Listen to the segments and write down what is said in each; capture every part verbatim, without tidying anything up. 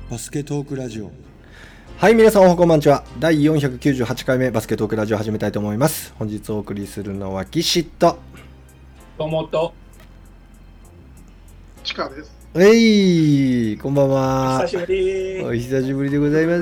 バスケトークラジオ。 はい、皆さんおはこんばんちは。だいよんひゃくきゅうじゅうはちかいめバスケトークラジオ始めたいと思います。本日お送りするのは岸と友とちかです。 えい、こんばんは。 久しぶり。 お久しぶりでございます。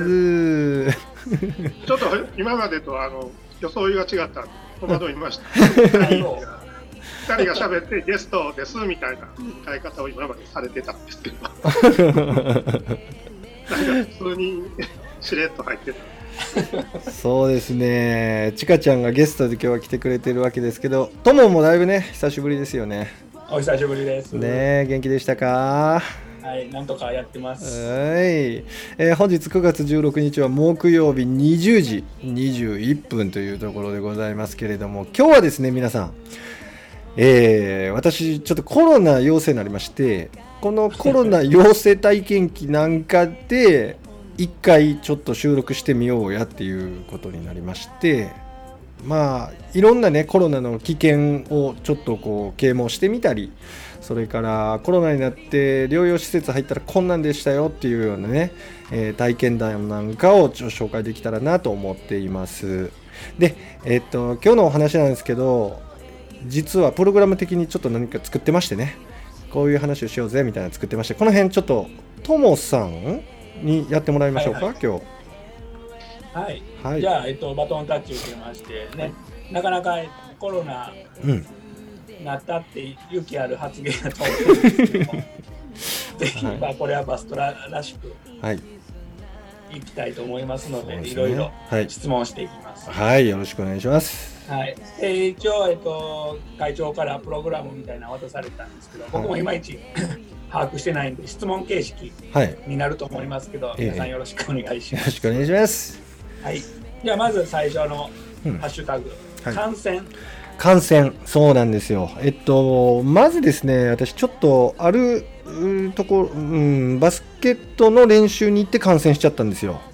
ちょっと今までとあの装いが違ったんで戸惑いました。ふたりが喋ってゲストですみたいな使い方を今までされてたんですけどなんか普通にしれっと入ってた。 そうですね、ちかちゃんがゲストで今日は来てくれてるわけですけど、とももだいぶね久しぶりですよね。 お久しぶりですね。元気でしたか？ はい、なんとかやってます。 はい、えー、本日くがつじゅうろくにちは木曜日にじゅうじにじゅういっぷんというところでございますけれども、今日はですね皆さん、えー、私ちょっとコロナ陽性になりまして、このコロナ陽性体験記なんかで一回ちょっと収録してみようやっていうことになりまして、まあいろんなねコロナの危険をちょっとこう啓蒙してみたり、それからコロナになって療養施設入ったらこんなんでしたよっていうようなね、えー、体験談なんかをちょっと紹介できたらなと思っています。で、えー、っと今日のお話なんですけど、実はプログラム的にちょっと何か作ってましてね、こういう話をしようぜみたいなの作ってまして、この辺ちょっとともさんにやってもらいましょうか、はいはい、今日。 はい、 はい、 じゃあ、えっと、バトンタッチ受けましてね、なかなかコロナになったって勇気ある発言だと思うんですけども、ぜひ、はい、まあ、これはバストラらしくいきたいと思いますので、はい、いろいろ質問していきます。 はい、はい、よろしくお願いします。 はい、えー、一応、えっと、会長からプログラムみたいなの渡されたんですけど、僕もいまいち、はい、把握してないんで質問形式になると思いますけど、はい、皆さんよろしくお願いします。 よろしくお願いします。 はい、じゃあまず最初のハッシュタグ、うん、感染、はい、 感染、そうなんですよ。えっとまずですね、私ちょっとあるところ、うん、バスケットの練習に行って感染しちゃったんですよ。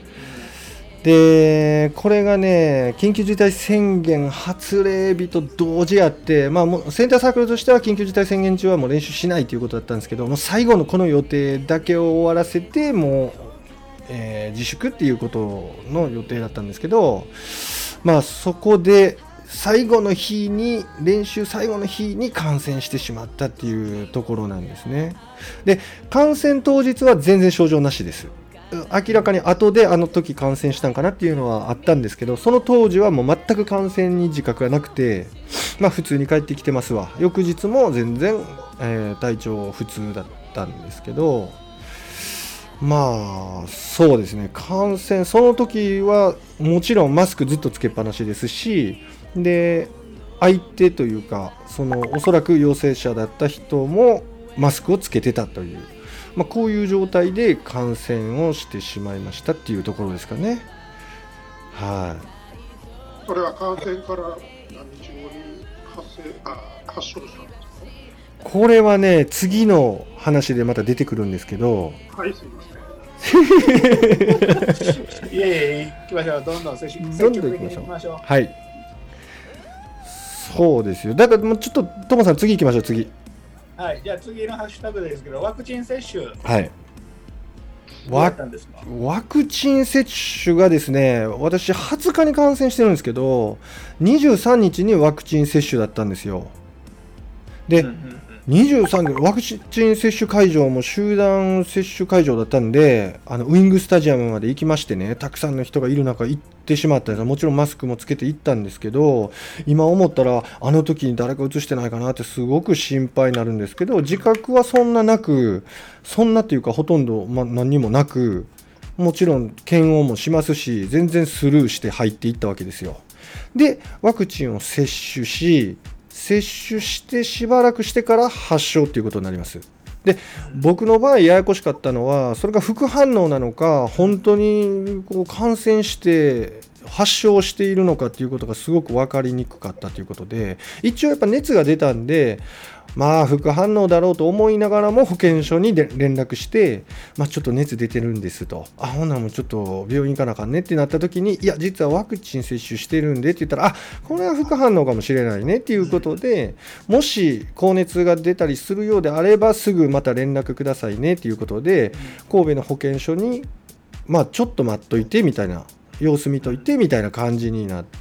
でこれがね緊急事態宣言発令日と同時あって、まあ、もうセンターサークルとしては緊急事態宣言中はもう練習しないということだったんですけども、最後のこの予定だけを終わらせてもう、えー、自粛っていうことの予定だったんですけど、まあそこで最後の日に練習最後の日に感染してしまったっていうところなんですね。で感染当日は全然症状なしです。明らかに後であの時感染したんかなっていうのはあったんですけど、その当時はもう全く感染に自覚がなくて、まあ普通に帰ってきてますわ。翌日も全然、えー、体調普通だったんですけど、まあそうですね、感染その時はもちろんマスクずっとつけっぱなしですし、で相手というかそのおそらく陽性者だった人もマスクをつけてたという、まあ、こういう状態で感染をしてしまいましたっていうところですかね。はい。 これは感染から何日後に発生あ発症したんですか？ これはね次の話でまた出てくるんですけど。 はい、すみません。 いやいや行きましょう。どんどん積極的に行きましょう。 はい。そうですよ。だからもうちょっとトモさん次行きましょう。次。 はい、じゃあ次のハッシュタグですけど、ワクチン接種、 はい、 どうだったんですか？ ワクチン接種がですね、私はつかに感染してるんですけど、にじゅうさんにちにワクチン接種だったんですよ。で、うんうんうん、にじゅうさんにちワクチン接種会場も集団接種会場だったんで、あのウィングスタジアムまで行きましてね、たくさんの人がいる中行ってしまったんです。もちろんマスクもつけて行ったんですけど、今思ったらあの時に誰か移してないかなってすごく心配になるんですけど、自覚はそんななく、そんなっていうかほとんど、ま、何にもなく、もちろん検温もしますし、全然スルーして入っていったわけですよ。でワクチンを接種し、接種してしばらくしてから発症ということになります。で僕の場合ややこしかったのは、それが副反応なのか本当にこう感染して発症しているのかっていうことがすごく分かりにくかったということで、一応やっぱ熱が出たんで、まあ副反応だろうと思いながらも保健所にで連絡して、まあ、ちょっと熱出てるんですと、あほんならもうちょっと病院行かなあかんねってなった時に、いや実はワクチン接種してるんでって言ったら、あこれは副反応かもしれないねっていうことで、もし高熱が出たりするようであればすぐまた連絡くださいねっていうことで、神戸の保健所にまあちょっと待っといてみたいな、様子見といてみたいな感じになって、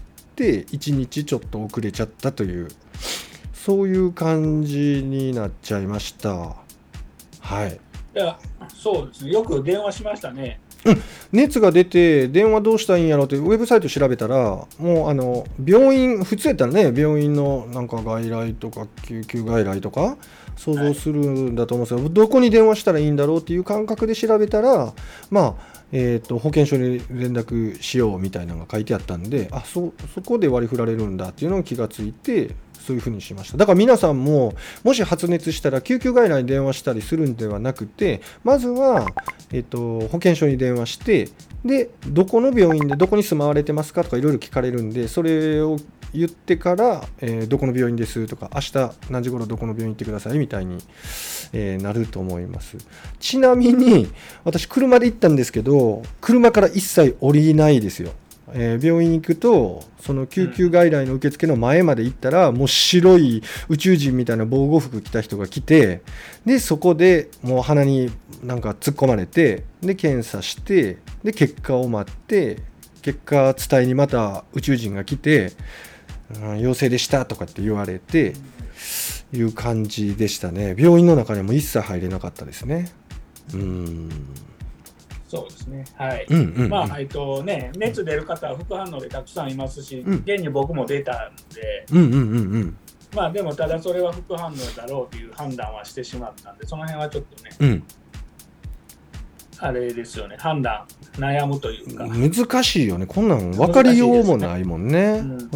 いちにちちょっと遅れちゃったという、そういう感じになっちゃいました。はい。 いや、そうですね。よく電話しましたね。 うん、熱が出て電話どうしたらいいんやろうってウェブサイト調べたら、もうあの病院、普通やったらね、病院のなんか外来とか救急外来とか想像するんだと思うんですけど、はい、どこに電話したらいいんだろうっていう感覚で調べたら、まあえー、と保健所に連絡しようみたいなのが書いてあったんで、あ そ, そこで割り振られるんだっていうのを気がついて、そういうふうにしました。だから皆さんももし発熱したら救急外来に電話したりするんではなくて、まずは、えー、と保健所に電話して、でどこの病院でどこに住まわれてますかとかいろいろ聞かれるんで、それを言ってから、えー、どこの病院ですとか、明日何時頃どこの病院行ってくださいみたいに、えー、なると思います。ちなみに私車で行ったんですけど、車から一切降りないですよ。えー、病院行くとその救急外来の受付の前まで行ったら、もう白い宇宙人みたいな防護服着た人が来て、でそこでもう鼻になんか突っ込まれて、で検査して、で結果を待って、結果伝えにまた宇宙人が来て、うん、陽性でしたとかって言われていう感じでしたね。病院の中にも一切入れなかったですね。うーん、 そうですね。はい。 うんうんうん、 まあ、えっとね、熱出る方は副反応でたくさんいますし、うん、現に僕も出たんで、 うんうんうんうん、 まあでもただそれは副反応だろうという判断はしてしまったんで、その辺はちょっとね、 うん、あれですよね、判断悩むというか。 難しいよね。こんなん分かりようもないもんね。うん、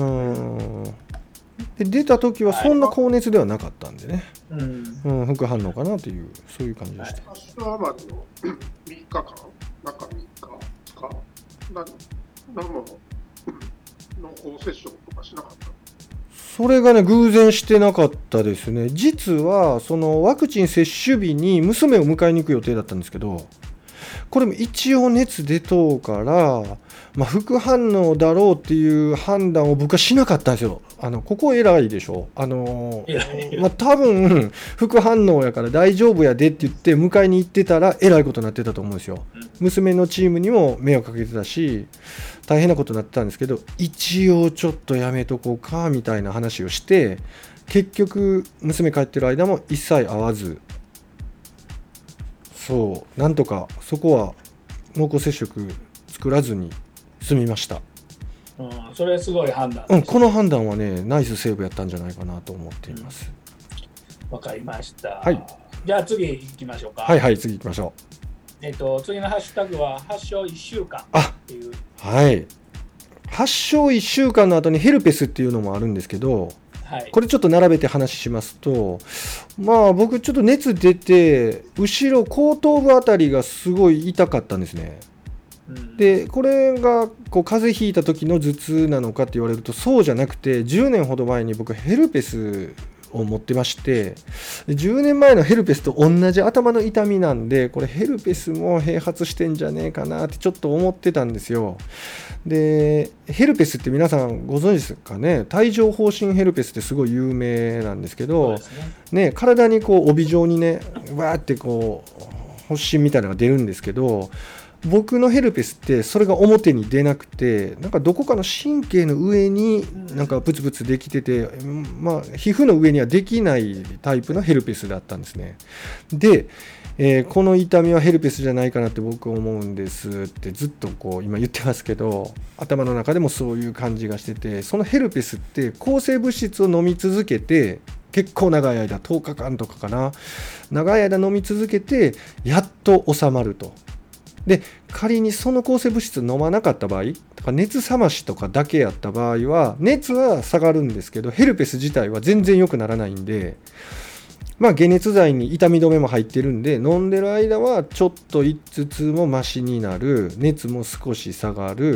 うんで出た時はそんな高熱ではなかったんでね、はい、うんうん、副反応かなという、そういう感じでした。 発症はまあみっかかん、中みっかか、な何も濃厚接触とかしなかった。 それがね、偶然してなかったですね。実はそのワクチン接種日に娘を迎えに行く予定だったんですけど、これも一応熱出とうから、まあ、副反応だろうっていう判断を僕はしなかったんですよ。あのここ偉いでしょ。あのまあ、多分副反応やから大丈夫やでって言って迎えに行ってたらえらいことになってたと思うんですよ。娘のチームにも迷惑かけてたし大変なことになってたんですけど、一応ちょっとやめとこうかみたいな話をして、結局娘帰ってる間も一切会わず、そうなんとかそこは濃厚接触作らずに済みました。 うん、それすごい判断、 うん、この判断はねナイスセーブやったんじゃないかなと思っています。 わ、うん、かりました、 はい、 じゃあ次行きましょうか。 はいはい、次行きましょう。 えっと次のハッシュタグは発症いっしゅうかんっていう。 はい、発症いっしゅうかんの後にヘルペスっていうのもあるんですけど、はい、これちょっと並べて話しますと、まあ僕ちょっと熱出て後ろ後頭部あたりがすごい痛かったんですね。うん、でこれがこう風邪ひいた時の頭痛なのかって言われるとそうじゃなくて、じゅうねんほど前に僕ヘルペスを持ってまして、じゅうねんまえのヘルペスと同じ頭の痛みなんで、これヘルペスも併発してんじゃねえかなってちょっと思ってたんですよ。でヘルペスって皆さんご存知ですかね。帯状疱疹ヘルペスってすごい有名なんですけど、ねね、体にこう帯状にねわーってこう発疹みたいなのが出るんですけど、僕のヘルペスってそれが表に出なくて、なんかどこかの神経の上になんかブツブツできてて、まあ、皮膚の上にはできないタイプのヘルペスだったんですね。で、えー、この痛みはヘルペスじゃないかなって僕は思うんですってずっとこう今言ってますけど、頭の中でもそういう感じがしてて、そのヘルペスって抗生物質を飲み続けて結構長い間とおかかんとかかな長い間飲み続けてやっと収まると。で仮にその抗生物質飲まなかった場合とか熱冷ましとかだけやった場合は熱は下がるんですけど、ヘルペス自体は全然良くならないんで、まあ解熱剤に痛み止めも入ってるんで、飲んでる間はちょっと頭痛もマシになる、熱も少し下がる、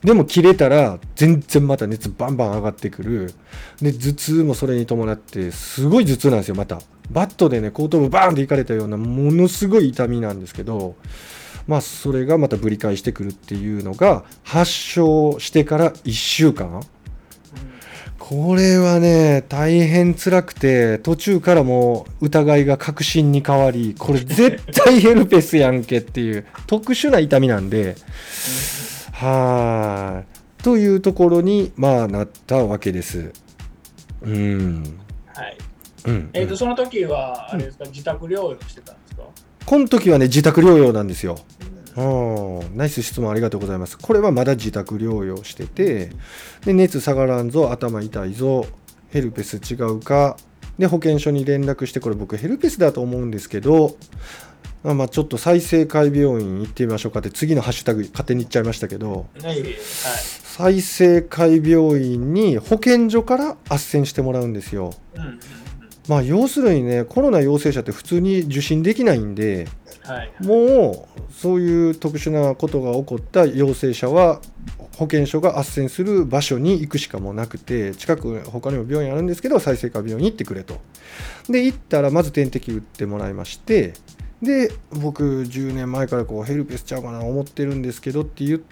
でも切れたら全然また熱バンバン上がってくる。で頭痛もそれに伴ってすごい頭痛なんですよ。またバットでね後頭部バーンっていかれたようなものすごい痛みなんですけど、まあそれがまたぶり返してくるっていうのが発症してからいっしゅうかん、これはね大変辛くて、途中からもう疑いが確信に変わり、これ絶対ヘルペスやんけっていう特殊な痛みなんで、はーというところにまあなったわけです。うん。はい。うん。 えっとその時はあれですか、うん、自宅療養してたんですか？ この時はね自宅療養なんですよ。うん、ナイス質問ありがとうございます。これはまだ自宅療養してて、で熱下がらんぞ、頭痛いぞ、ヘルペス違うかで保健所に連絡して、これ僕ヘルペスだと思うんですけど、まあ、ちょっと済生会病院行ってみましょうかって次のハッシュタグ勝手に言っちゃいましたけど、はい、済生会病院に保健所から斡旋してもらうんですよ。うん、まあ要するにね、コロナ陽性者って普通に受診できないんで、はい、もうそういう特殊なことが起こった陽性者は保健所が斡旋する場所に行くしかもなくて、近く他にも病院あるんですけど済生会病院に行ってくれと。で行ったらまず点滴打ってもらいまして、で僕じゅうねんまえからこうヘルペスちゃうかな思ってるんですけどって言って、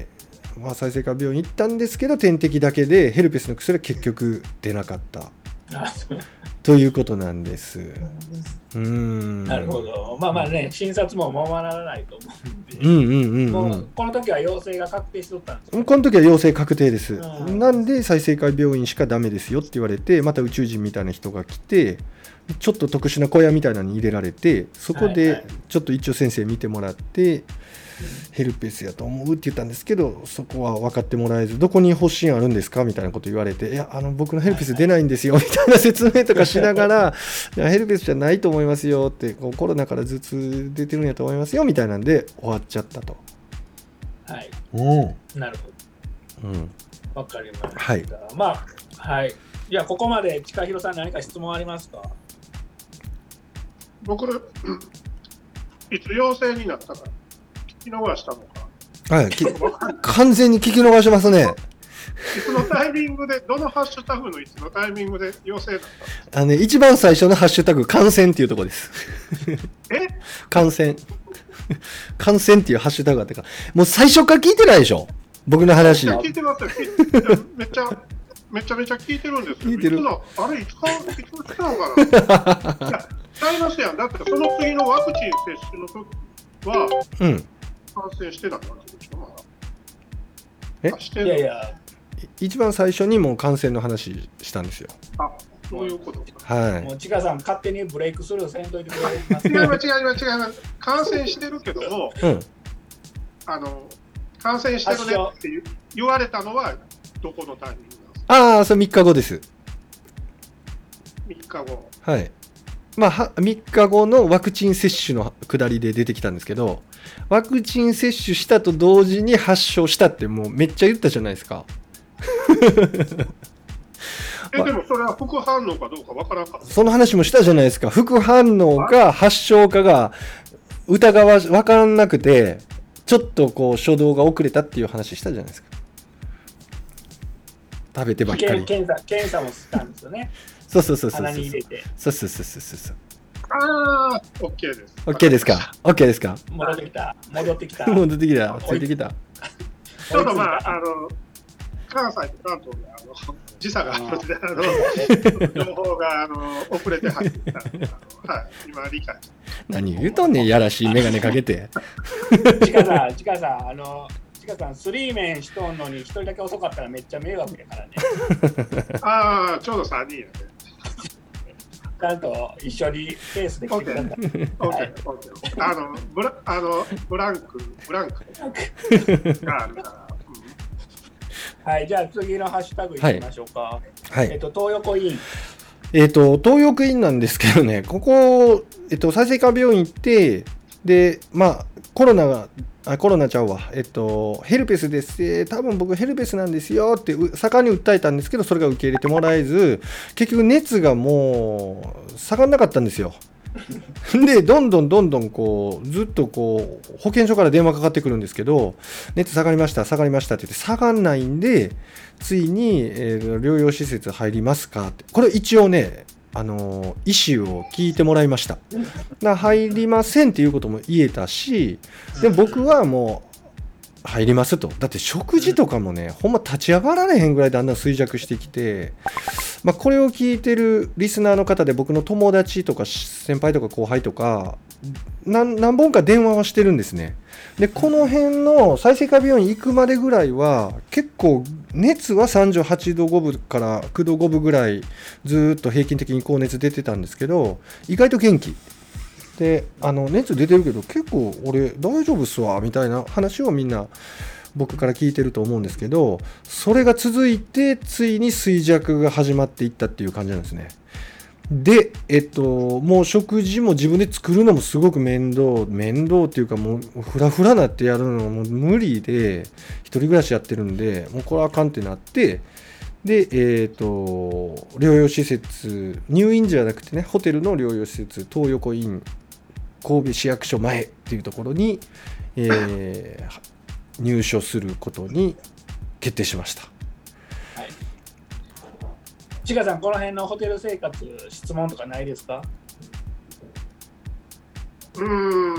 まあ、済生会病院行ったんですけど点滴だけでヘルペスの薬は結局出なかったということなんです。うーん、 なるほど。まあまあね、診察もままならないと思うんで、うんうんうんうん、もうこの時は陽性が確定しとったんですか？ この時は陽性確定です。なんで済生会病院しかダメですよって言われて、また宇宙人みたいな人が来て、ちょっと特殊な小屋みたいなのに入れられて、そこでちょっと一応先生見てもらって、はいはい、ヘルペスやと思うって言ったんですけど、そこは分かってもらえず、どこに発疹あるんですかみたいなこと言われて、いやあの僕のヘルペス出ないんですよみたいな説明とかしながらいやヘルペスじゃないと思いますよって、こうコロナから頭痛出てるんやと思いますよみたいなんで終わっちゃったと。 はい、 おなるほど、うん、分かりました。 はい、 まあはい、じゃあここまで近弘さん何か質問ありますか？ 僕いつ陽性になったか聞き逃したのか、 はい、完全に聞き逃しますね。 いつのタイミングで、どのハッシュタグのいつのタイミングで陽性だったんですか？ あの、ね、一番最初のハッシュタグ感染っていうところですえ感染感染っていうハッシュタグがあってか、もう最初から聞いてないでしょ僕の話。 聞いてますよ。めっちゃめちゃめちゃ聞いてるんですよ。 聞いてる。 いつのあれいつかいつ来たのかな。いやちゃいますやん。だってその次のワクチン接種の時は、うん、感染してなかったでしょ。まだえしていやいや一番最初にもう感染の話したんですよ。 あ、そういうことか。 はい。 もうちかさん勝手にブレイクスルーせんといてくれます。 違います違います違います。感染してるけども、うん、あの感染してるねって言われたのはどこのタイミングなんですか？ ああ、それみっかごです。 みっかご。 はい。まあ、みっかごのワクチン接種の下りで出てきたんですけど、ワクチン接種したと同時に発症したってもうめっちゃ言ったじゃないですか。 えでもそれは副反応かどうかわからんかった。 その話もしたじゃないですか。副反応か発症かが疑わ分からなくて、ちょっとこう初動が遅れたっていう話したじゃないですか。食べてばっかり。 検査検査もしたんですよね。 そうそうそうそう。 鼻に入れて。 そうそうそうそうそう。 ああ、オッケーです。 オッケーですか。オッケーですか。 戻ってきた。戻ってきた。 戻ってきた。ついてきた。 ちょっとまああの関西と関東であの時差があるのであの情報があの遅れて入ってきたので、はい、今理解。 何言うとんねん、やらしい眼鏡かけて。 ちかさん、ちかさん、あの。ちかさん、スリーメンしとんのに一人だけ遅かったらめっちゃ迷惑やからね。 ああ、ちょうどさんにんやね。 ちゃんと一緒にペースで来てください。オッケー、オッケー。あのブラあのブランクブランクがあるから。 はい、じゃあ次のハッシュタグいきましょうか。はい。えっと東横イン。 えっと東横インなんですけどね、ここえっと済生会病院行ってでまあコロナがあコロナちゃうわ、えっと、ヘルペスです、えー、多分僕ヘルペスなんですよって盛んに訴えたんですけど、それが受け入れてもらえず、結局熱がもう下がんなかったんですよ。 でどんどんどんどんこうずっとこう保健所から電話かかってくるんですけど、熱下がりました下がりましたって言って下がんないんで、ついに、えー、療養施設入りますかって、これ一応ねあの意思を聞いてもらいました。だ入りませんっていうことも言えたし、で僕はもう入りますと。だって食事とかもねほんま立ち上がられへんぐらいだんだん衰弱してきて、まあ、これを聞いてるリスナーの方で僕の友達とか先輩とか後輩とか 何, 何本か電話はしてるんですね。でこの辺の済生会病院行くまでぐらいは結構熱はさんじゅうはちどごぶからきゅうどごぶぐらいずっと平均的に高熱出てたんですけど、意外と元気で、あの熱出てるけど結構俺大丈夫っすわみたいな話をみんな僕から聞いてると思うんですけど、それが続いてついに衰弱が始まっていったっていう感じなんですね。で、えっと、もう食事も自分で作るのもすごく面倒面倒っていうかもうフラフラなってやるのも無理で、一人暮らしやってるんでもうこれはあかんってなって、で、えっと療養施設、入院じゃなくてねホテルの療養施設東横イン神戸市役所前っていうところに、えー、入所することに決定しました。 はい。ちかさん、この辺のホテル生活質問とかないですか？ うーん、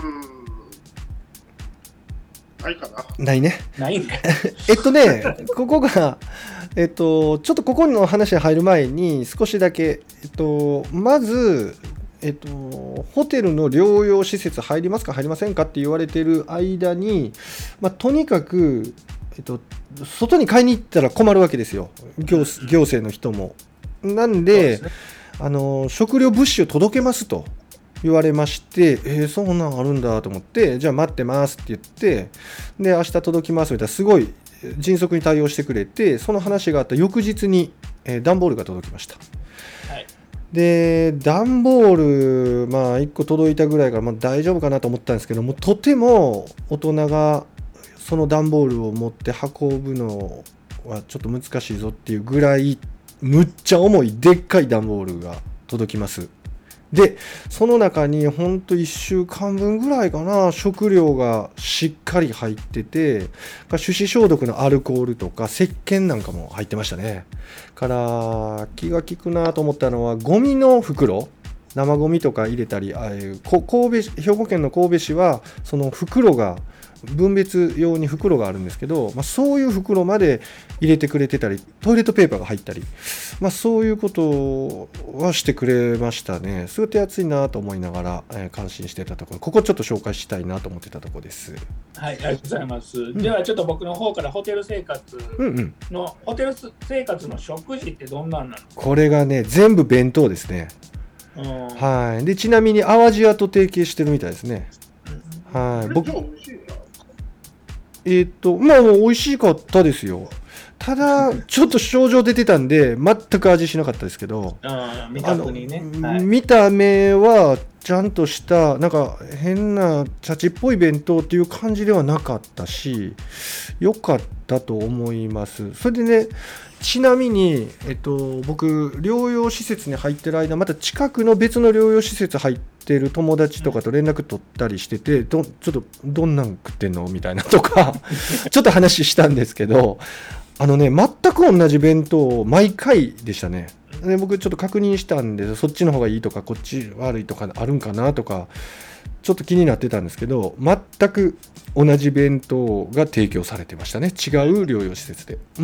ないかな。 ないね。 ないんか。 えっとね、ここがえっとちょっとここの話に入る前に少しだけ、えっとまず。えっと、ホテルの療養施設入りますか入りませんかって言われてる間に、まあ、とにかく、えっと、外に買いに行ったら困るわけですよ、 行, 行政の人も。なんで、ね、あの食料物資を届けますと言われまして、えー、そんなんあるんだと思って、じゃあ待ってますって言って、で明日届きますみたいな、すごい迅速に対応してくれて、その話があった翌日に、えー、段ボールが届きました。はい。で段ボール、まあ、いっこ届いたぐらいから、まあ、大丈夫かなと思ったんですけども、とても大人がその段ボールを持って運ぶのはちょっと難しいぞっていうぐらいむっちゃ重いでっかい段ボールが届きます。でその中にほんといっしゅうかんぶんぐらいかな、食料がしっかり入ってて、手指消毒のアルコールとか石鹸なんかも入ってましたね。から気が利くなと思ったのはゴミの袋、生ゴミとか入れたり、あ神戸兵庫県の神戸市はその袋が分別用に袋があるんですけど、まあ、そういう袋まで入れてくれてたり、トイレットペーパーが入ったり、まあ、そういうことはしてくれましたね。すごい手厚いなと思いながら、えー、感心してたところ、ここちょっと紹介したいなと思ってたところです。 はい、ありがとうございます、うん、ではちょっと僕の方からホテル生活の、うんうん、ホテル生活の食事ってどんなんなの？ これがね全部弁当ですね。はい。でちなみに淡路屋と提携してるみたいですね。はい。僕えっとまあもう美味しかったですよ。ただちょっと症状出てたんで全く味しなかったですけど、 あ見た目にね、 はい、見た目はちゃんとしたなんか変なチャチっぽい弁当っていう感じではなかったし、良かったと思います。それでね、ちなみに、えっと、僕療養施設に入ってる間、また近くの別の療養施設入ってる友達とかと連絡取ったりしてて、どちょっとどんなん食ってんのみたいなとかちょっと話したんですけど、あのね全く同じ弁当毎回でしたね。で僕ちょっと確認したんで、そっちの方がいいとかこっち悪いとかあるんかなとかちょっと気になってたんですけど、全く同じ弁当が提供されてましたね、違う療養施設で。うん、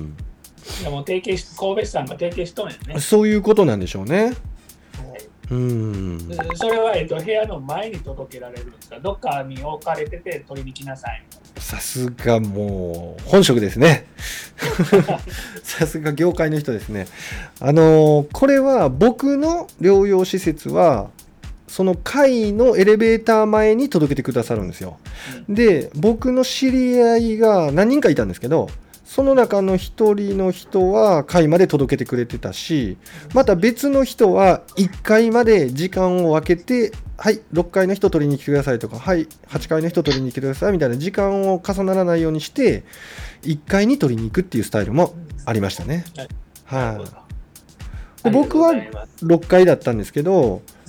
でも提携し神戸市さんが提携しとんやね。 そういうことなんでしょうね。うん、 それは、えっと、部屋の前に届けられるんですか？どっかに置かれてて取りに来なさい。 さすがもう本職ですねさすが業界の人ですね。あのー、これは僕の療養施設はその階のエレベーター前に届けてくださるんですよ。で僕の知り合いが何人かいたんですけど、その中の一人の人は階まで届けてくれてたし、また別の人はいっかいまで時間を分けて、はいろっかいの人取りに来てくださいとか、はいはちかいの人取りに来てくださいみたいな時間を重ならないようにしていっかいに取りに行くっていうスタイルもありましたね。はい、はい、僕はろっかいだったんですけど、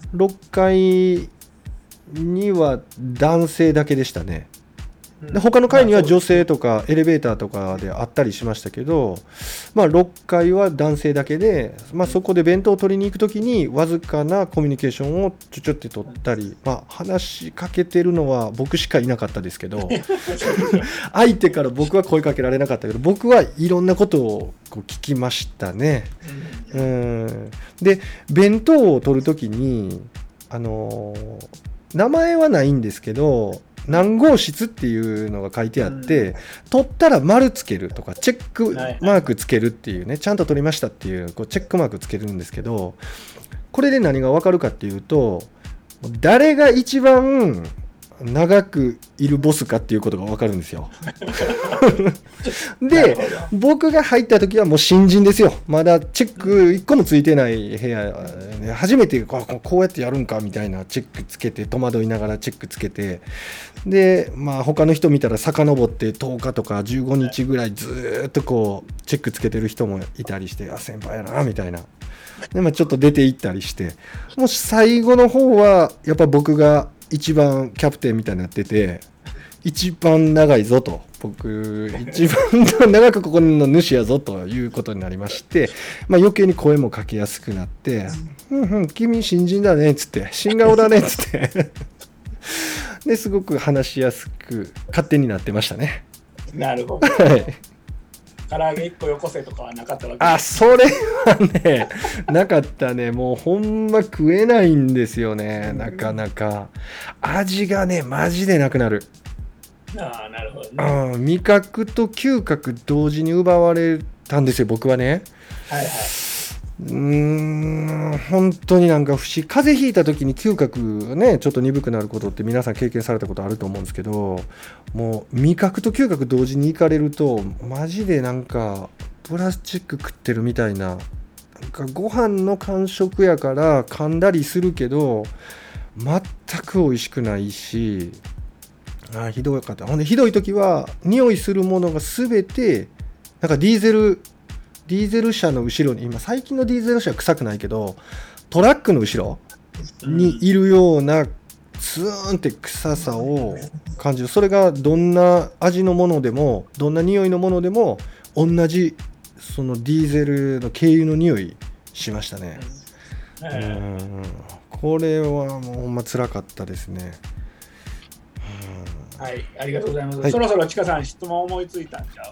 ろっかいには男性だけでしたね。で他の階には女性とかエレベーターとかであったりしましたけど、まあ、ろっかいは男性だけで、まあ、そこで弁当を取りに行くときにわずかなコミュニケーションをちょちょって取ったり、まあ、話しかけてるのは僕しかいなかったですけど相手から僕は声かけられなかったけど僕はいろんなことをこう聞きましたね。うんで弁当を取るときに、あのー、名前はないんですけど何号室っていうのが書いてあって、うん、取ったら丸つけるとかチェックマークつけるっていうね、ちゃんと取りましたっていう、こうチェックマークつけるんですけど、これで何が分かるかっていうと誰が一番長くいるボスかっていうことが分かるんですよで僕が入った時はもう新人ですよ。まだチェックいっこもついてない部屋、初めてこう、こうやってやるんかみたいなチェックつけて、戸惑いながらチェックつけて、でまあ他の人見たら遡ってとおかとかじゅうごにちぐらいずっとこうチェックつけてる人もいたりして、あ先輩やなみたいな。でまあちょっと出て行ったりして、もし最後の方はやっぱ僕が一番キャプテンみたいになってて、一番長いぞと、僕一番長くここの主やぞということになりまして、まあ、余計に声もかけやすくなって、うんうん、君新人だねっつって、新顔だねっつってですごく話しやすく勝手になってましたね。 なるほど。はい唐揚げいっこよこせとかはなかったわけです。 あ、それはねなかったね。もうほんま食えないんですよね、なかなか。味がねマジでなくなる。 ああ、なるほどね。 うん、味覚と嗅覚同時に奪われたんですよ僕はね。 はいはい。 うーん本当になんか不思議。風邪ひいた時に嗅覚ねちょっと鈍くなることって皆さん経験されたことあると思うんですけど、もう味覚と嗅覚同時にいかれるとマジでなんかプラスチック食ってるみたいな、なんかご飯の感触やから噛んだりするけど全く美味しくないし、あひどかった。ほんでひどい時は匂いするものが全てなんかディーゼルディーゼル車の後ろに、今最近のディーゼル車は臭くないけどトラックの後ろにいるようなツーンって臭さを感じる。それがどんな味のものでもどんな匂いのものでも同じそのディーゼルの軽油の匂いしましたね。うんこれはもうほんま辛かったですね。 はい、ありがとうございます。 はい、 そろそろちかさん質問思いついたんちゃう？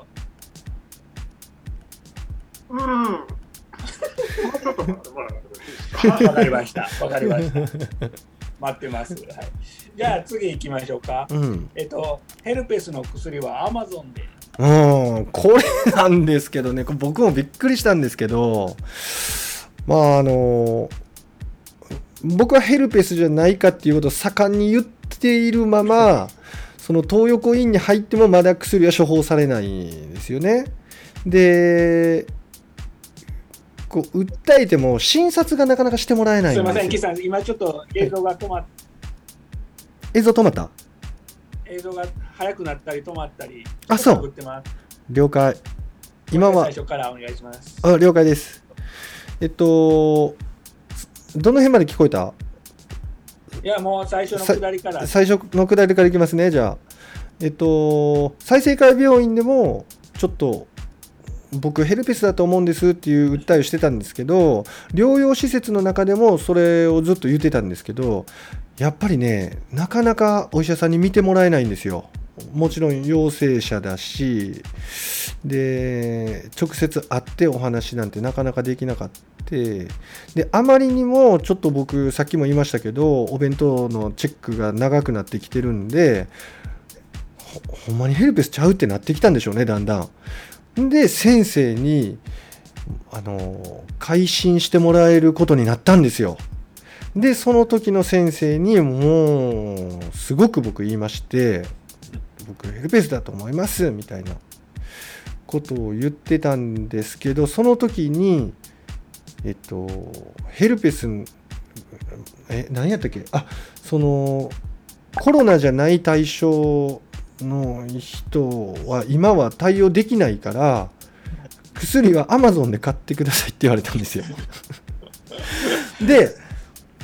うん。もうちょっと待ってもらってもいいですか？ わかりました。わかりました。待ってます。はい。じゃあ次行きましょうか。 うん、 えっとヘルペスの薬は Amazon で。 うん、これなんですけどね、僕もびっくりしたんですけど、まああの僕はヘルペスじゃないかっていうことを盛んに言っているまま、その東横インに入ってもまだ薬は処方されないんですよね。でこう訴えても診察がなかなかしてもらえないんですよ。 すいません、キさん、今ちょっと映像が止まっ、はい、 映像止まった映像が速くなったり止まったり。 あ、そう。了解。今は最初からお願いします。 あ、了解です。えっとどの辺まで聞こえた？ いや、もう最初の下りから。 最初の下りからいきますね。じゃあ、えっと済生会病院でもちょっと僕ヘルペスだと思うんですっていう訴えをしてたんですけど、療養施設の中でもそれをずっと言ってたんですけど、やっぱりねなかなかお医者さんに見てもらえないんですよ。もちろん陽性者だし、で直接会ってお話なんてなかなかできなかった。であまりにもちょっと僕さっきも言いましたけどお弁当のチェックが長くなってきてるんで ほ, ほんまにヘルペスちゃうってなってきたんでしょうね、だんだん。で先生にあの回診してもらえることになったんですよ。でその時の先生にもうすごく僕言いまして、僕ヘルペスだと思いますみたいなことを言ってたんですけど、その時にえっとヘルペスえ何やったっけ、あそのコロナじゃない対象の人は今は対応できないから薬は Amazon で買ってくださいって言われたんですよ。で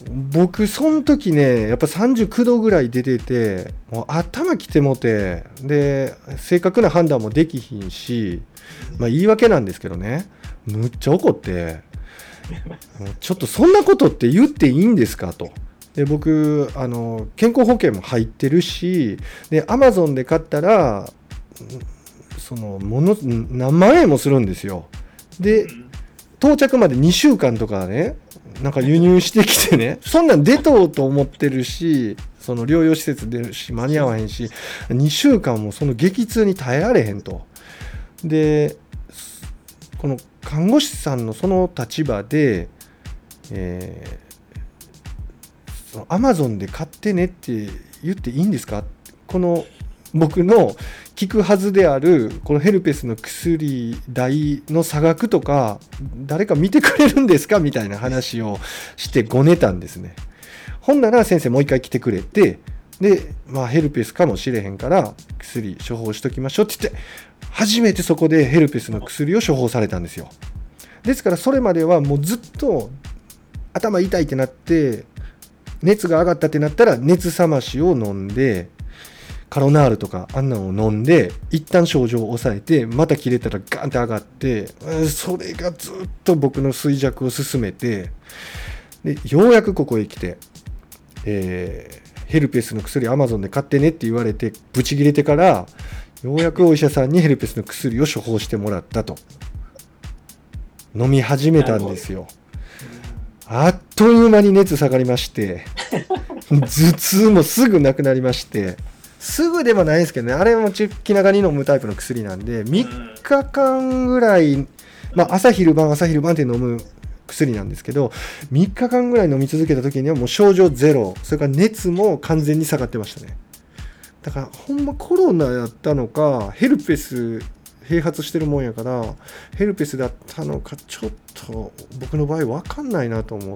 僕その時ねやっぱさんじゅうきゅうどぐらい出ててもう頭きてもてで正確な判断もできひんし、まあ言い訳なんですけどねむっちゃ怒ってちょっとそんなことって言っていいんですかと。で僕あの健康保険も入ってるしで Amazon で買ったらそのもの何万円もするんですよ。で到着までにしゅうかんとかねなんか輸入してきてねそんなん出とうと思ってるしその療養施設出るし間に合わへんしにしゅうかんもその激痛に耐えられへんと。でこの看護師さんのその立場で、えー、その Amazon で買ってねって言っていいんですか。この僕の効くはずであるこのヘルペスの薬代の差額とか誰か見てくれるんですかみたいな話をしてごねたんですね。ほんなら先生もう一回来てくれてで、まあ、ヘルペスかもしれへんから薬処方しときましょうって言って初めてそこでヘルペスの薬を処方されたんですよ。ですからそれまではもうずっと頭痛いってなって熱が上がったってなったら熱冷ましを飲んでカロナールとかあんなのを飲んで一旦症状を抑えてまた切れたらガンって上がってそれがずっと僕の衰弱を進めてでようやくここへ来て、えー、ヘルペスの薬 Amazon で買ってねって言われてブチ切れてからようやくお医者さんにヘルペスの薬を処方してもらったと飲み始めたんですよ。あっという間に熱下がりまして頭痛もすぐなくなりましてすぐでもないんですけどねあれも気長に飲むタイプの薬なんでみっかかんぐらい、まあ、朝昼晩朝昼晩って飲む薬なんですけどみっかかんぐらい飲み続けた時にはもう症状ゼロそれから熱も完全に下がってましたね。だからほんまコロナやったのかヘルペス併発してるもんやからヘルペスだったのかちょっと僕の場合分かんないなと思って。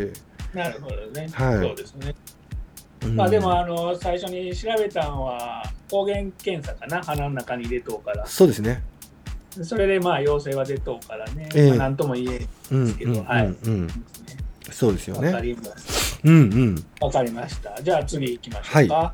なるほどね、 はい、 そうですね。まあでもあの最初に調べたのは抗原検査かな鼻の中に入れとうからそうですねそれでまあ陽性は出とうからね、 えーまあ、なんとも言えるんですけど、 うんうんうんうん、 はい、 そうですよね。 わかります。 うんうん。 わかりました。じゃあ次行きましょうか。はい。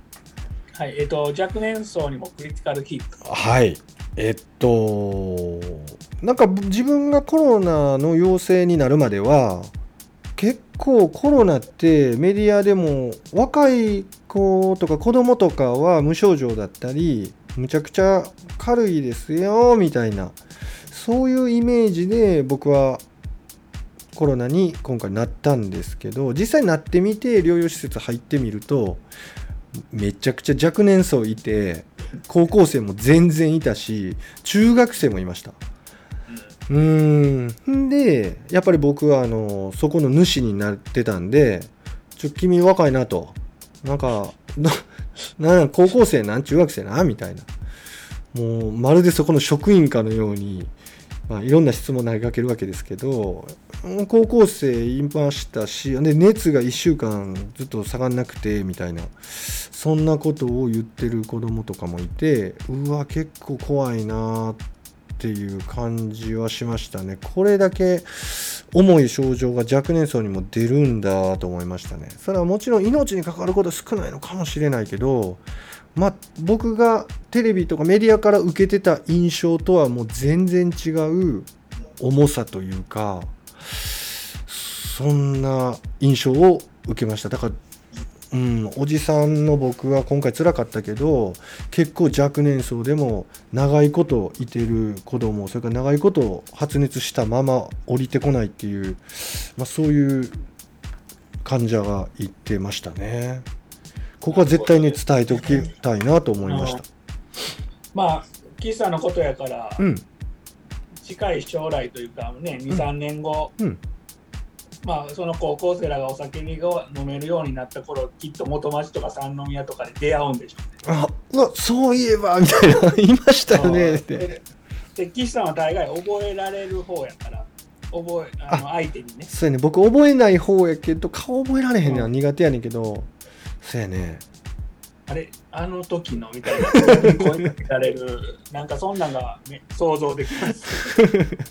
はい、えっと若年層にもクリティカルヒット。 はい。えっとなんか自分がコロナの陽性になるまでは結構コロナってメディアでも若い子とか子供とかは無症状だったりむちゃくちゃ軽いですよみたいなそういうイメージで僕はコロナに今回なったんですけど実際になってみて療養施設入ってみるとめちゃくちゃ若年層いて高校生も全然いたし中学生もいました。うーんでやっぱり僕はあのそこの主になってたんでちょ君若いなとなんかなん高校生なん中学生なみたいなもうまるでそこの職員かのように、まあ、いろんな質問投げかけるわけですけど高校生いましたしで熱がいっしゅうかんずっと下がんなくてみたいなそんなことを言ってる子供とかもいてうわ結構怖いなっていう感じはしましたね。これだけ重い症状が若年層にも出るんだと思いましたね。それはもちろん命に関わることは少ないのかもしれないけどまあ僕がテレビとかメディアから受けてた印象とはもう全然違う重さというかそんな印象を受けました。だからうん、おじさんの僕は今回辛かったけど結構若年層でも長いこといてる子供それから長いこと発熱したまま降りてこないっていう、まあ、そういう患者がいてましたね。ここは絶対に伝えておきたいなと思いました。 まあ岸さんのことやから、 うん、 近い将来というかね にさんねんご、 うんうんまあ、その高校生らがお酒に飲めるようになった頃きっと元町とか三宮とかで出会うんでしょうね。 あ、うわそういえばみたいな言いましたよねって。 で、で岸さんは大概覚えられる方やから覚えあの相手にね。 そうやね僕覚えない方やけど顔覚えられへんのは苦手やねんけど、そうやねあれあの時のみたいな声かけられるなんかそんなんが、ね、想像できます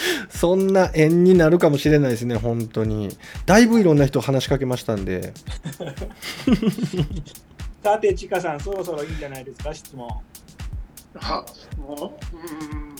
そんな縁になるかもしれないですね。本当にだいぶいろんな人話しかけましたんでさてちかさん、そろそろいいんじゃないですか、質問。 あ、もう、うん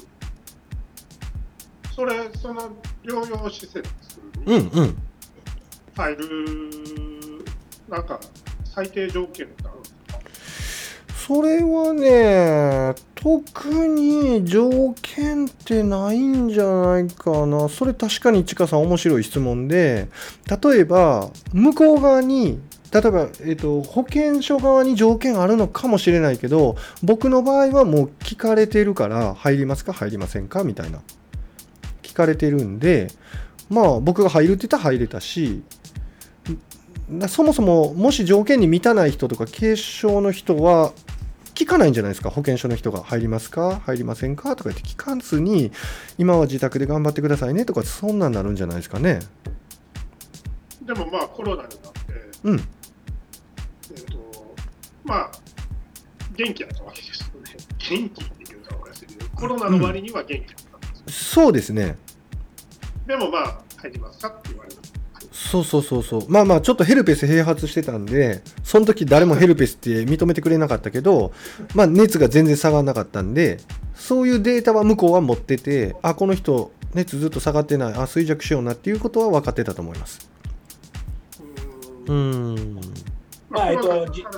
それ、その療養施設に入る、なんか最低条件ってあるんですか？ それはね、特に条件ってないんじゃないかな。それ確かにちかさん面白い質問で、例えば向こう側に、例えば、えーと、保健所側に条件あるのかもしれないけど、僕の場合はもう聞かれてるから入りますか入りませんかみたいな聞かれてるんで、まあ僕が入るって言ったら入れたし、そもそももし条件に満たない人とか軽症の人は聞かないんじゃないですか。保健所の人が入りますか入りませんかとか言って聞かずに、今は自宅で頑張ってくださいねとか、そんなんなるんじゃないですかね。 でもまあコロナになって、 うん、 えーとまあ元気だったわけですよね。元気っていうのはおかしいけど、コロナの割には元気だったんですよ、 うん、そうですね。 でもまあ入りますかって言われる。 そうそうそうそう。まあまあちょっとヘルペス併発してたんで、その時誰もヘルペスって認めてくれなかったけど、まあ熱が全然下がらなかったんで、そういうデータは向こうは持ってて、あ、この人熱ずっと下がってない、あ、衰弱しようなっていうことは分かってたと思います。うーん。 まあ、えっと、入れる、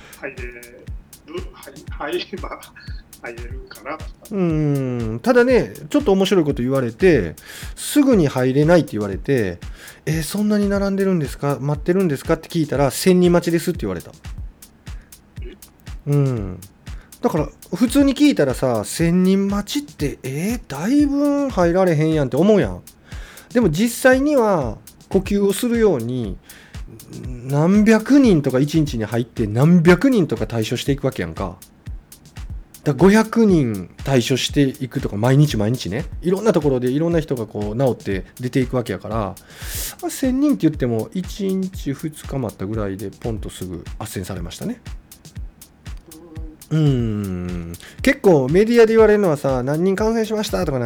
入れば入れるかなとか。 うーん。ただね、ちょっと面白いこと言われて、すぐに入れないって言われて、えー、そんなに並んでるんですか、待ってるんですかって聞いたら、せんにん待ちですって言われた。うん。だから、普通に聞いたらさ、せんにん待ちって、えー、だいぶ入られへんやんって思うやん。でも実際には、呼吸をするように、何百人とかいちにちに入って何百人とか対処していくわけやんか。だからごひゃくにん対処していくとか、毎日毎日ね、いろんなところでいろんな人がこう治って出ていくわけやから、せんにんって言ってもいちにちふつか待ったぐらいでポンとすぐ斡旋されましたね。うーん、結構メディアで言われるのはさ、何人感染しましたとかなって、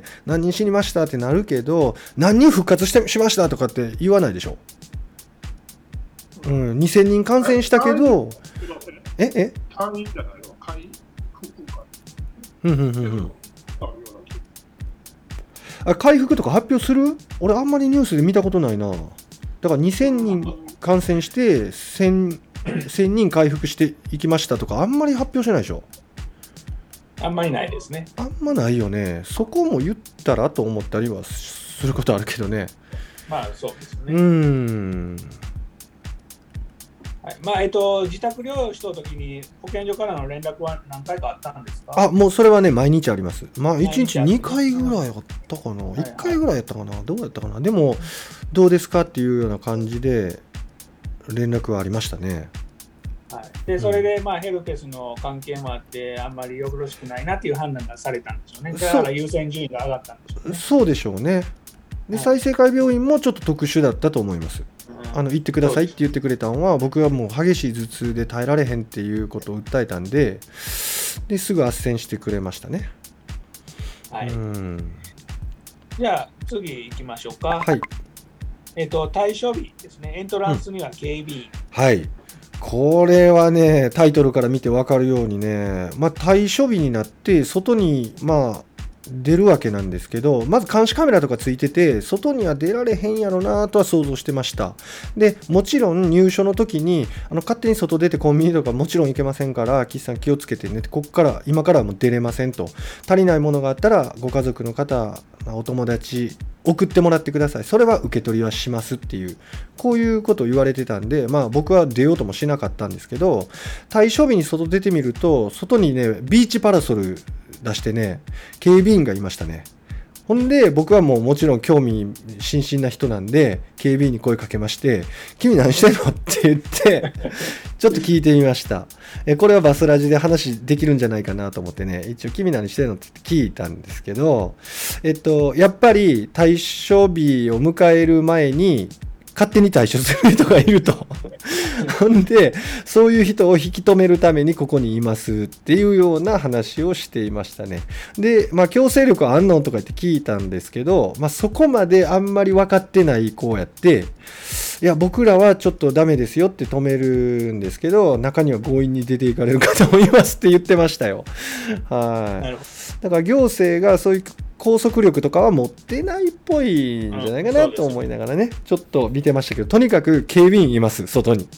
何人死にましたってなるけど、何人復活してしましたとかって言わないでしょ。うん、にせんにん感染したけど、ええ退院じゃないの？回復か。 うんうんうんうん。あ、回復とか発表する？俺あんまりニュースで見たことないな。だからにせんにん感染してせん、せんにん回復していきましたとかあんまり発表してないでしょ。 あんまりないですね。 あんまないよね。そこも言ったらと思ったりはすることあるけどね。 まあそうですね。 うーん。 はい、まあえっと、自宅療養したときに保健所からの連絡は何回かあったんですか？ あ、もうそれはね、毎日あります。まあいちにちにかいぐらいあったかな、 はいはい、 いっかいぐらいやったかな、どうやったかな。でもどうですかっていうような感じで連絡はありましたね。 はい、でそれで、まあ、ヘルペスの関係もあってあんまりよろしくないなっていう判断がされたんでしょうね。だから優先順位が上がったんでしょうね。 そうでしょうね。で、済生会病院もちょっと特殊だったと思います。あの行ってくださいって言ってくれたのは、僕はもう激しい頭痛で耐えられへんっていうことを訴えたんで、ですぐ斡旋してくれましたね。 はい、 うん。 じゃあ次行きましょうか。 はい。 えっと対処日ですね。エントランスには警備員、うん、 はい。これはね、タイトルから見て分かるようにね、まあ、対処日になって外にまあ出るわけなんですけど、まず監視カメラとかついてて外には出られへんやろなとは想像してました。でもちろん入所の時にあの勝手に外出てコンビニとかもちろん行けませんから、岸さん気をつけてね、ここから今からはもう出れませんと、足りないものがあったらご家族の方、お友達送ってもらってください、それは受け取りはしますっていう、こういうことを言われてたんで、まあ僕は出ようともしなかったんですけど、対処日に外出てみると、外にねビーチパラソル出してね、警備員がいましたね。ほんで僕はもうもちろん興味津々な人なんで、警備員に声かけまして、君何してんのって言ってちょっと聞いてみました。えこれはバスラジで話できるんじゃないかなと思ってね、一応君何してんのって聞いたんですけど、えっとやっぱり対処日を迎える前に勝手に対処する人がいるとほんでそういう人を引き止めるためにここにいますっていうような話をしていましたね。で、まあ、強制力あんのとか言って聞いたんですけど、まあ、そこまであんまり分かってない子やって、いや僕らはちょっとダメですよって止めるんですけど、中には強引に出ていかれる方もいますって言ってましたよ。はい。だから行政がそういう拘束力とかは持ってないっぽいんじゃないかなと思いながらね、ちょっと見てましたけど、とにかく警備員います外に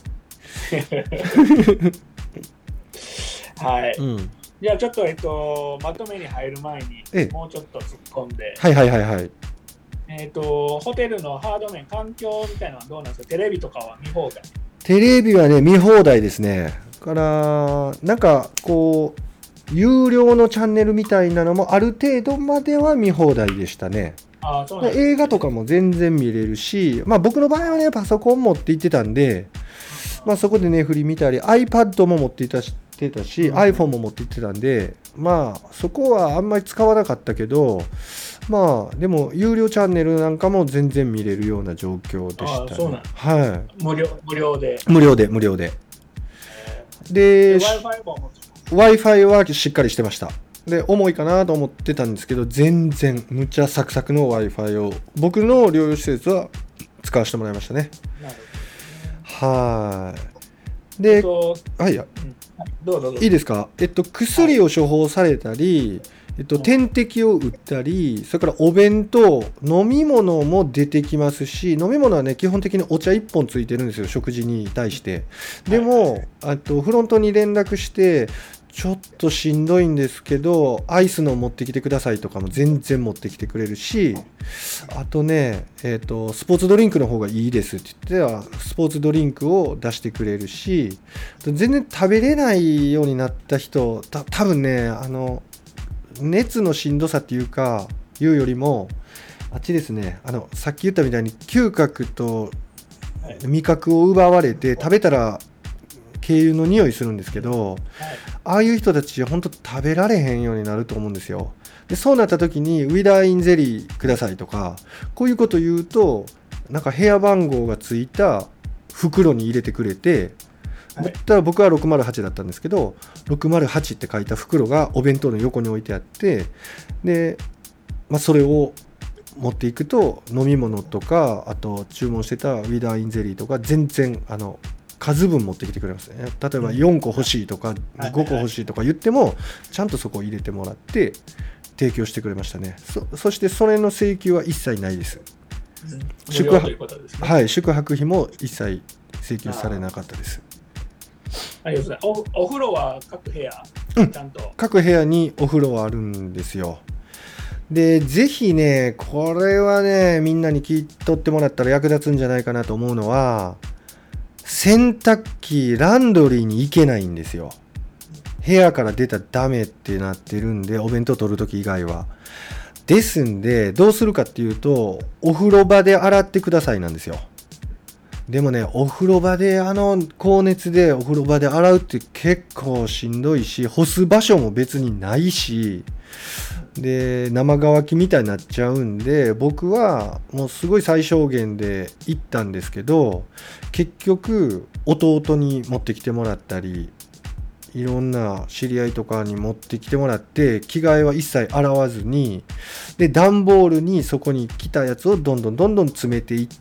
はい、 うん、 じゃあちょっと、えっと、まとめに入る前にもうちょっと突っ込んで、 はいはいはいはい、 えっと、ホテルのハード面環境みたいなのはどうなんですか？テレビとかは見放題？ テレビはね見放題ですね。からなんかこう有料のチャンネルみたいなのもある程度までは見放題でしたね。 あ、そうなんですね。 映画とかも全然見れるし、まあ僕の場合はねパソコン持って行ってたんで、まあそこでね振り見たり iPad も持っていたし、たし iPhone も持って行ってたんで、まあそこはあんまり使わなかったけど、まあでも有料チャンネルなんかも全然見れるような状況でしたね。 あ、そうなんです。 はい。 無料、無料で。 無料で無料で。で、 で Wi-Fi も Wi-Fi はしっかりしてました。で重いかなと思ってたんですけど、全然むちゃサクサクの Wi-Fi を僕の療養施設は使わせてもらいましたね。 なるはい。で、えっと、はい、 うん、どうぞどうぞ。 いいですか。えっと薬を処方されたり、えっと、点滴を打ったり、それからお弁当、飲み物も出てきますし、飲み物はね基本的にお茶いっぽんついてるんですよ、食事に対して。でもあとフロントに連絡して、ちょっとしんどいんですけどアイスの持ってきてくださいとかも全然持ってきてくれるし、あとね、えーと、スポーツドリンクの方がいいですって言ってはスポーツドリンクを出してくれるし、全然食べれないようになった人、た多分ねあの熱のしんどさっていうかいうよりもあっちですね、あのさっき言ったみたいに嗅覚と味覚を奪われて食べたら軽油の匂いするんですけど、ああいう人たち本当食べられへんようになると思うんですよ。でそうなった時にウィダーインゼリーくださいとかこういうこと言うと、なんか部屋番号がついた袋に入れてくれて、はい、ただ僕はろくまるはちだったんですけどろくまるはちって書いた袋がお弁当の横に置いてあって、で、まあ、それを持っていくと飲み物とかあと注文してたウィダーインゼリーとか全然あの数分持ってきてくれますね。例えばよんこ欲しいとかごこ欲しいとか言ってもちゃんとそこを入れてもらって提供してくれましたね。 そ, そしてそれの請求は一切ないです。宿泊、はい、宿泊費も一切請求されなかったです。 ありがとうございます。 お, お風呂は各部屋、 うん、 ちゃんと各部屋にお風呂はあるんですよ。でぜひねこれはねみんなに聞い取ってもらったら役立つんじゃないかなと思うのは、洗濯機ランドリーに行けないんですよ。部屋から出たらダメってなってるんで、お弁当取るとき以外はですんで、どうするかっていうとお風呂場で洗ってくださいなんですよ。でもねお風呂場であの高熱でお風呂場で洗うって結構しんどいし、干す場所も別にないしで生乾きみたいになっちゃうんで、僕はもうすごい最小限で行ったんですけど、結局弟に持ってきてもらったりいろんな知り合いとかに持ってきてもらって、着替えは一切洗わずに、で段ボールにそこに来たやつをどんどんどんどん詰めていって、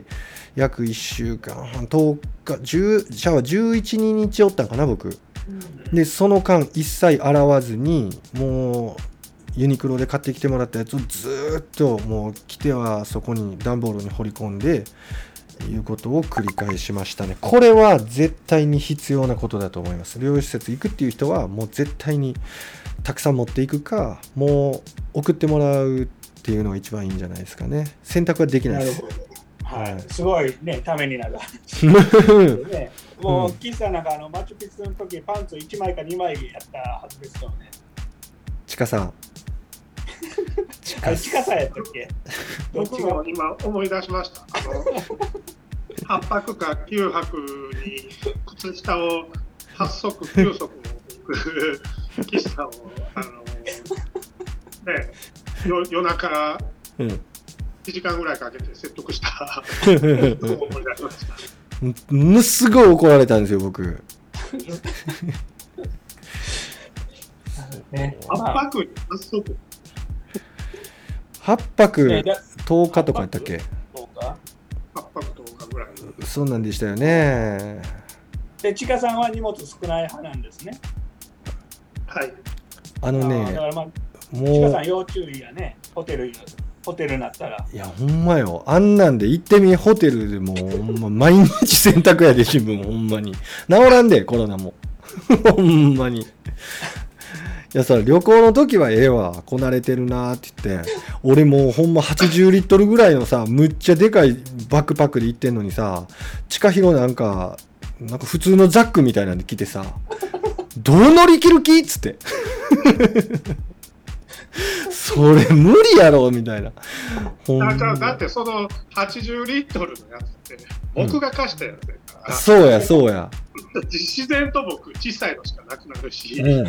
約いっしゅうかんはんとおかじゅうシャワーじゅういちにちおったんかな僕で、その間一切洗わずにもうユニクロで買ってきてもらったやつをずっともう着てはそこに段ボールに放り込んでいうことを繰り返しましたね。これは絶対に必要なことだと思います。療養施設行くっていう人はもう絶対にたくさん持っていくか、もう送ってもらうっていうのが一番いいんじゃないですかね。選択はできないです。 はい、すごいね、ためになる話、ね、もう岸さんなんかあのマチュピチュの時パンツいちまいかにまいやったはずですよね。 ちかさんちかさんやったっけ？ 僕も今思い出しました。あのはっぱくかきゅうはくに靴下をはっそくきゅうそくもいく岸さんをあの、ね、よ夜中、うんいちじかんぐらいかけて説得した思い出しました。 ものすごい怒られたんですよ僕。 ね、 はっぱくに発足はっぱくとおかとかやったっけ？ とおかはっぱくとおかぐらい。 そうなんでしたよね。 で、ちかさんは荷物少ない派なんですね。 はい。 あのね、 あだからまあ、 もちかうさん要注意やね。ホテルホテルになったら。 いやほんまよ、あんなんで行ってみ、ホテルでもうほんま毎日洗濯やで新聞もほんまに治らんでコロナもほんまに。いやさ、旅行の時はええわ、こなれてるなーって言って、俺もうほんまはちじゅうリットルぐらいのさ、むっちゃでかいバックパックで行ってんのにさ、地下広なんかなんか普通のザックみたいなんで来てさ、どう乗り切る気っつってそれ無理やろみたいな。ほんまだ, だってそのはちじゅうリットルのやつって僕が貸したやつだから、 うん、そうやそうや自然と僕小さいのしかなくなるし、 うん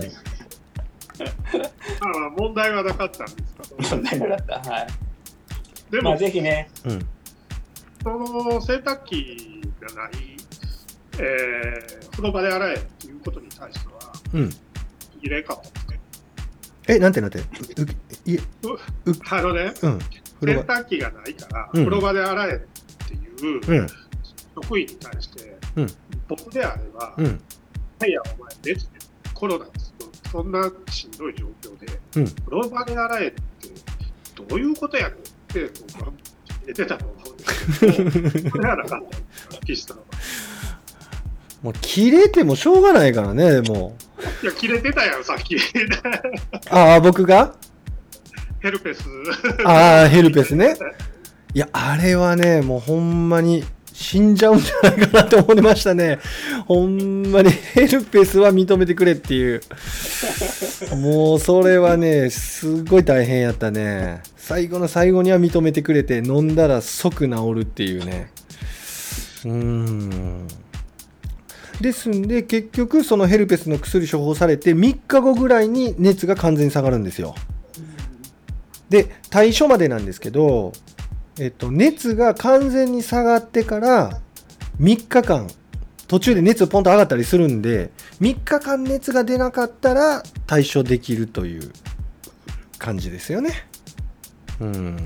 まあ問題はなかったんですけど。 問題なかった。はい。 でも、 まあ、ぜひね、 うん、 その洗濯機がない、えー、風呂場で洗えということに対しては、 うん、 異例かもですね。 え、なんてなんて、ういうあのね、 うん、 洗濯機がないから、うん、風呂場で洗えっていう、うん、職員に対して、うん、僕であれば、うん、いや、お前、熱でコロナです。そんなしんどい状況で、うん、風呂場で洗えってどういうことやねんって僕は入れてたと思うんですけど、それはなかったんですか、岸さんは。 もう切れてもしょうがないからね、でも。 いや、切れてたやん、さっき。 ああ、僕がヘルペス。 ああ、ヘルペスね。いや、あれはね、もうほんまに死んじゃうんじゃないかなと思いましたね。ほんまにヘルペスは認めてくれっていう。もうそれはね、すごい大変やったね。最後の最後には認めてくれて、飲んだら即治るっていうね。うーん。ですんで、結局そのヘルペスの薬処方されてみっかごぐらいに熱が完全に下がるんですよ。で、対処までなんですけど、えっと、熱が完全に下がってからみっかかん、途中で熱ポンと上がったりするんで、みっかかん熱が出なかったら対処できるという感じですよね。うーん。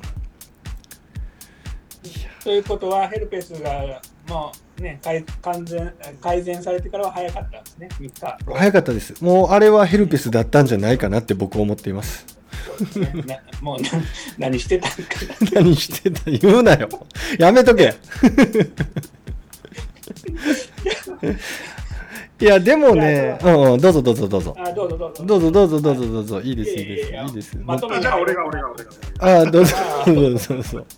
ということはヘルペスがもうね、完全改善されてからは早かったんですね。みっか。 早かったです。もうあれはヘルペスだったんじゃないかなって僕は思っています。 ね、もう何してたんかな何してた言うなよ。やめとけ。いやでもね、うんうん、どうぞどうぞどうぞ。 あ、どうぞどうぞ。 どうぞどうぞどうぞどうぞ。いいですいいですいいです。 まとめじゃあ俺が俺が俺が。 あ、どうぞどうぞどうぞ。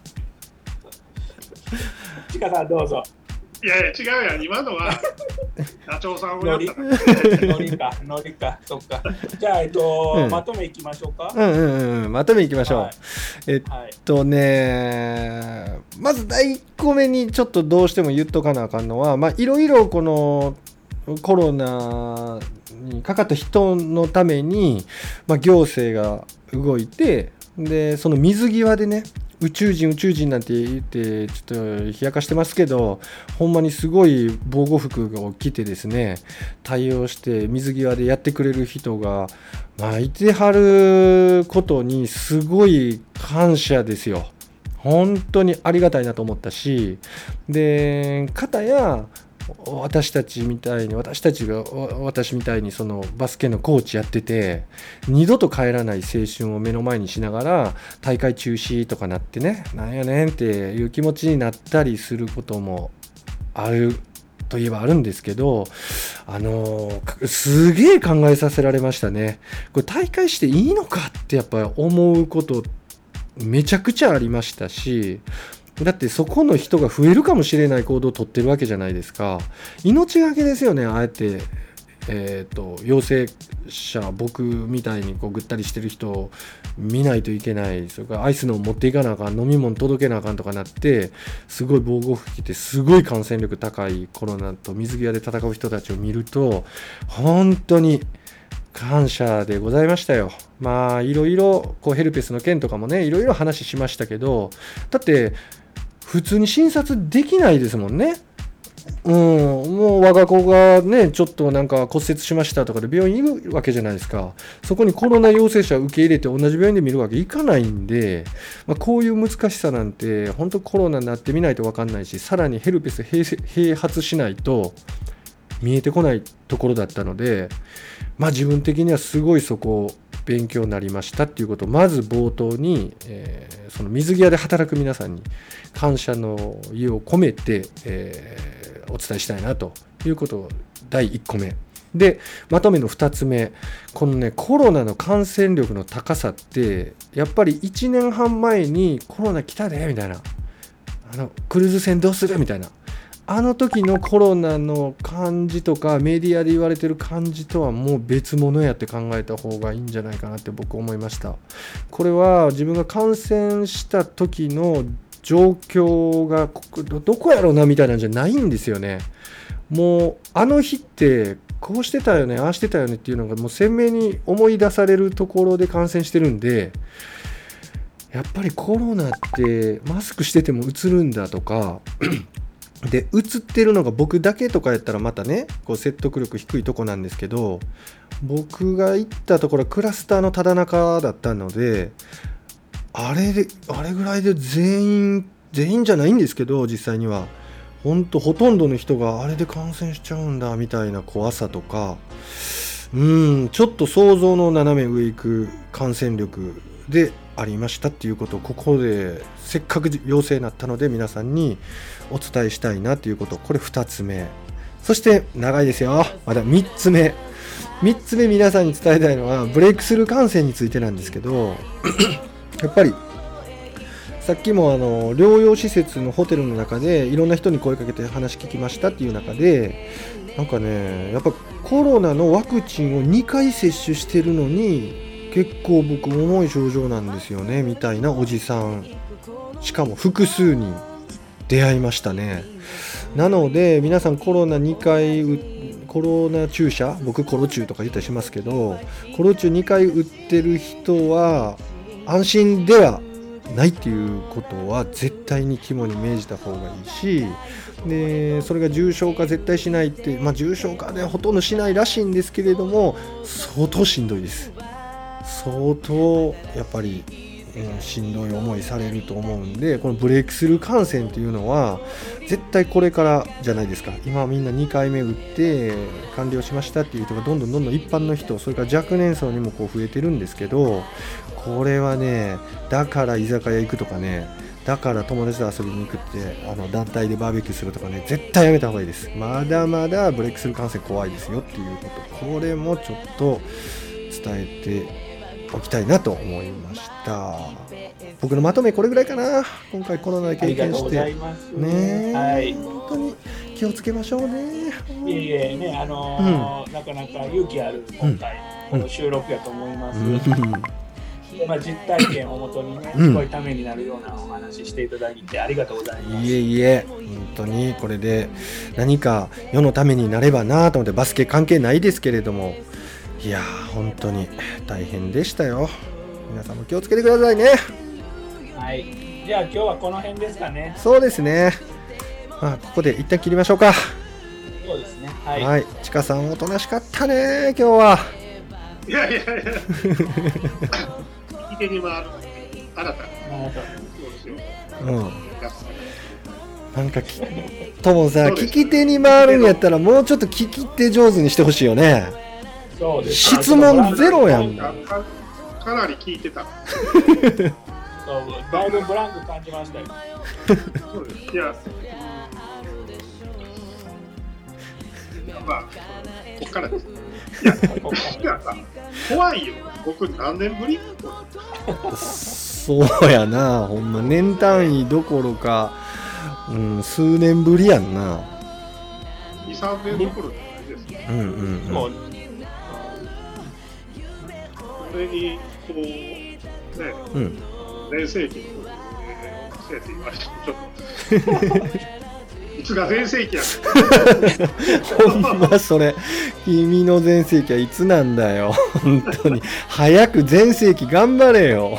ちかさんどうぞ。 いやいや違うやん、今のは社長さんをやったからノリかノリか、そっか。じゃあ、えっとうん、まとめいきましょうか。 うんうんうん、まとめいきましょう。はい、えっとね、まずだいいっこめにちょっとどうしても言っとかなあかんのは、まあいろいろこのコロナにかかった人のために、まあ、行政が動いて、でその水際でね、宇宙人宇宙人なんて言ってちょっと冷やかしてますけど、ほんまにすごい防護服が着てですね、対応して水際でやってくれる人が、まあ、いてはることにすごい感謝ですよ。本当にありがたいなと思ったし、で片や私たちみたいに私たちが私みたいにそのバスケのコーチやってて、二度と帰らない青春を目の前にしながら大会中止とかなってね、なんやねんっていう気持ちになったりすることもあるといえばあるんですけど、あのすげえ考えさせられましたね。これ大会していいのかってやっぱり思うことめちゃくちゃありましたし、だってそこの人が増えるかもしれない行動を取ってるわけじゃないですか。命がけですよね。あえて、えーと、陽性者、僕みたいにこうぐったりしてる人を見ないといけない。それからアイスの持っていかなあかん、飲み物届けなあかんとかなって、すごい防護服着てすごい感染力高いコロナと水際で戦う人たちを見ると、本当に感謝でございましたよ。まあいろいろこうヘルペスの件とかもねいろいろ話しましたけど、だって普通に診察できないですもんね。うん、もう我が子がねちょっとなんか骨折しましたとかで病院にいるわけじゃないですか。そこにコロナ陽性者を受け入れて同じ病院で見るわけいかないんで、まあ、こういう難しさなんて本当コロナになってみないと分かんないし、さらにヘルペス併発しないと見えてこないところだったので、まあ自分的にはすごいそこ勉強になりましたっていうことをまず冒頭に、えー、その水際で働く皆さんに感謝の意を込めて、えー、お伝えしたいなということをだいいっこめで、まとめのふたつめ、このねコロナの感染力の高さってやっぱりいちねんはんまえにコロナ来たでみたいな、あのクルーズ船どうするみたいな、あの時のコロナの感じとかメディアで言われてる感じとはもう別物やって考えた方がいいんじゃないかなって僕思いました。これは自分が感染した時の状況がどこやろうなみたいなんじゃないんですよね。もうあの日ってこうしてたよねああしてたよねっていうのがもう鮮明に思い出されるところで感染してるんで、やっぱりコロナってマスクしててもうつるんだとかで映ってるのが僕だけとかやったらまたねこう説得力低いとこなんですけど、僕が行ったところクラスターのただ中だったので、あれであれぐらいで全員全員じゃないんですけど、実際には本当ほとんどの人があれで感染しちゃうんだみたいな怖さとか、うんちょっと想像の斜め上行く感染力でありましたっていうことをここでせっかく陽性になったので皆さんにお伝えしたいなということ、これふたつめ。そして長いですよ、まだみっつめみっつめ皆さんに伝えたいのはブレイクスルー感染についてなんですけどやっぱりさっきもあの療養施設のホテルの中でいろんな人に声かけて話聞きましたっていう中で、なんかねやっぱコロナのワクチンをにかい接種してるのに結構僕重い症状なんですよねみたいなおじさん、しかも複数に出会いましたね。なので皆さんコロナにかいコロナ注射、僕コロチューとか言ったりしますけど、コロチューにかい打ってる人は安心ではないっていうことは絶対に肝に銘じた方がいいし、でそれが重症化絶対しないって、まあ、重症化ではほとんどしないらしいんですけれども相当しんどいです。相当やっぱり、うん、しんどい思いされると思うんで、このブレイクスルー感染っていうのは絶対これからじゃないですか。今みんなにかいめ打って完了しましたっていう人がどんどんどんどん一般の人、それから若年層にもこう増えてるんですけど、これはねだから居酒屋行くとかね、だから友達と遊びに行くってあの団体でバーベキューするとかね、絶対やめた方がいいです。まだまだブレイクスルー感染怖いですよっていうこと、これもちょっと伝えておきたいなと思いました。僕のまとめこれぐらいかな。今回コロナで経験してね、はい、本当に気をつけましょうね。 いえいえね、あのーうん、なかなか勇気ある今回、うん、この収録やと思います。うんでまあ、実体験をもとにね、すごいためになるようなお話していただいてありがとうございます。 いえいえ、本当にこれで何か世のためになればなと思って、バスケ関係ないですけれども、いやー本当に大変でしたよ。皆さんも気をつけてくださいね。 はい、じゃあ今日はこの辺ですかね。 そうですね、まあ、ここで一旦切りましょうか。 そうですね、はい、 はい、ちかさんおとなしかったね今日は。 いやいやいや聞き手に回る新たなうん、なんかきともさ聞き手に回るんやったらもうちょっと聞き手上手にしてほしいよね。 そうです、 質問ゼロやん。 か, かなり聞いてたそうだいぶブランク感じましたよ。 そうです。いやまあこっからです。いや、いやさ怖いよ。僕何年ぶり？ そうやな、ほんま年単位どころか、うん、数年ぶりやんな。 に、さんねんどころじゃないですか。 うんうんうん。 もうそれにこうね、うん、全盛期のせいって言われてちょっといつが全盛期やほんまそれ、君の全盛期はいつなんだよ。本当に早く全盛期頑張れよ。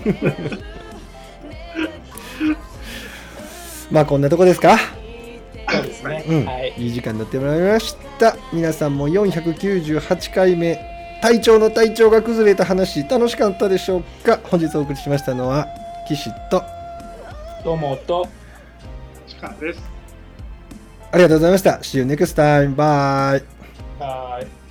まあこんなとこですか。 そうですね、 うん、 はい、 いい時間になってもらいました。皆さんもよんひゃくきゅうじゅうはちかいめ、隊長の体調が崩れた話楽しかったでしょうか。本日お送りしましたのは岸とどうもと時間です。 ありがとうございました。See you next time. Bye. はい。